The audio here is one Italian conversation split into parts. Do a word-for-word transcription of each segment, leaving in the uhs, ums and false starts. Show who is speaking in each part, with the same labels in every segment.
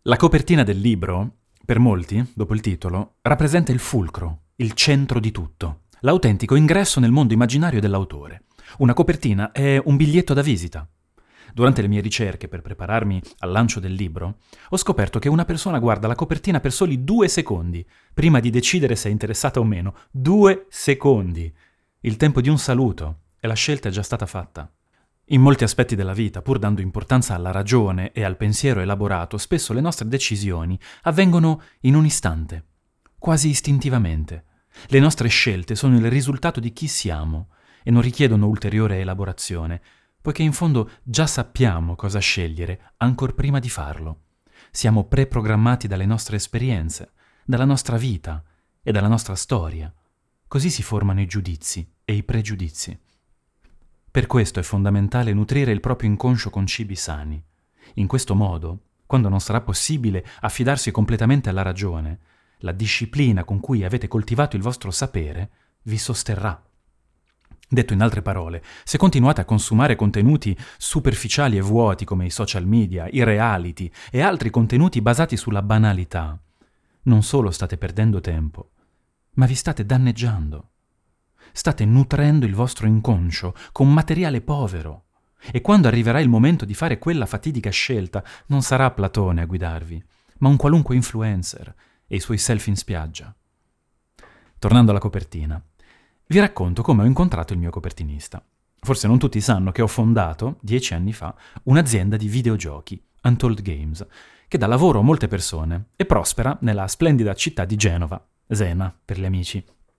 Speaker 1: La copertina del libro, per molti, dopo il titolo, rappresenta il fulcro, il centro di tutto, l'autentico ingresso nel mondo immaginario dell'autore. Una copertina è un biglietto da visita. Durante le mie ricerche per prepararmi al lancio del libro, ho scoperto che una persona guarda la copertina per soli due secondi, prima di decidere se è interessata o meno. Due secondi! Il tempo di un saluto, e la scelta è già stata fatta. In molti aspetti della vita, pur dando importanza alla ragione e al pensiero elaborato, spesso le nostre decisioni avvengono in un istante, quasi istintivamente. Le nostre scelte sono il risultato di chi siamo e non richiedono ulteriore elaborazione, poiché in fondo già sappiamo cosa scegliere ancor prima di farlo. Siamo preprogrammati dalle nostre esperienze, dalla nostra vita e dalla nostra storia. Così si formano i giudizi e i pregiudizi. Per questo è fondamentale nutrire il proprio inconscio con cibi sani. In questo modo, quando non sarà possibile affidarsi completamente alla ragione, la disciplina con cui avete coltivato il vostro sapere vi sosterrà. Detto in altre parole, se continuate a consumare contenuti superficiali e vuoti come i social media, i reality e altri contenuti basati sulla banalità, non solo state perdendo tempo, ma vi state danneggiando. State nutrendo il vostro inconscio con materiale povero e quando arriverà il momento di fare quella fatidica scelta non sarà Platone a guidarvi, ma un qualunque influencer e i suoi selfie in spiaggia. Tornando alla copertina, vi racconto come ho incontrato il mio copertinista. Forse non tutti sanno che ho fondato, dieci anni fa, un'azienda di videogiochi, Untold Games, che dà lavoro a molte persone e prospera nella splendida città di Genova, Zena per gli amici.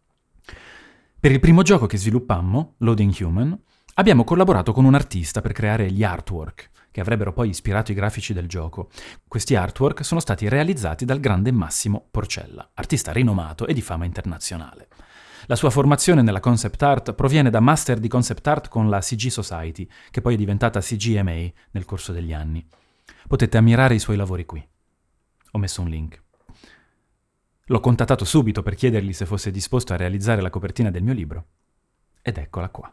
Speaker 1: Per il primo gioco che sviluppammo, Loading Human, abbiamo collaborato con un artista per creare gli artwork, che avrebbero poi ispirato i grafici del gioco. Questi artwork sono stati realizzati dal grande Massimo Porcella, artista rinomato e di fama internazionale. La sua formazione nella concept art proviene da master di concept art con la C G Society, che poi è diventata C G M A nel corso degli anni. Potete ammirare i suoi lavori qui. Ho messo un link. L'ho contattato subito per chiedergli se fosse disposto a realizzare la copertina del mio libro. Ed eccola qua.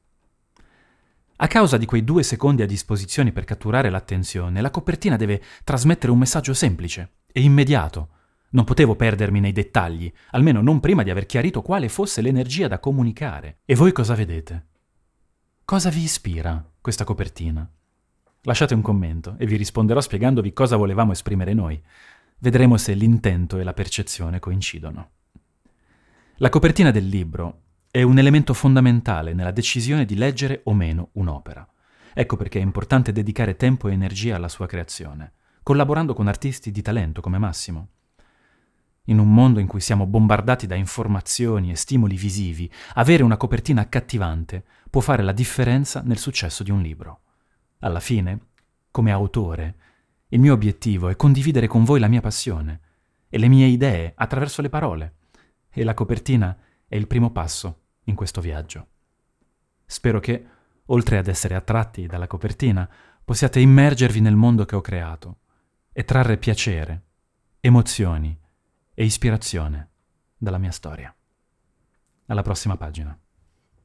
Speaker 1: A causa di quei due secondi a disposizione per catturare l'attenzione, la copertina deve trasmettere un messaggio semplice e immediato. Non potevo perdermi nei dettagli, almeno non prima di aver chiarito quale fosse l'energia da comunicare. E voi cosa vedete? Cosa vi ispira questa copertina? Lasciate un commento e vi risponderò spiegandovi cosa volevamo esprimere noi. Vedremo se l'intento e la percezione coincidono. La copertina del libro è un elemento fondamentale nella decisione di leggere o meno un'opera. Ecco perché è importante dedicare tempo e energia alla sua creazione, collaborando con artisti di talento come Massimo. In un mondo in cui siamo bombardati da informazioni e stimoli visivi, avere una copertina accattivante può fare la differenza nel successo di un libro. Alla fine, come autore, il mio obiettivo è condividere con voi la mia passione e le mie idee attraverso le parole, e la copertina è il primo passo in questo viaggio. Spero che, oltre ad essere attratti dalla copertina, possiate immergervi nel mondo che ho creato e trarre piacere, emozioni e ispirazione dalla mia storia. Alla prossima pagina.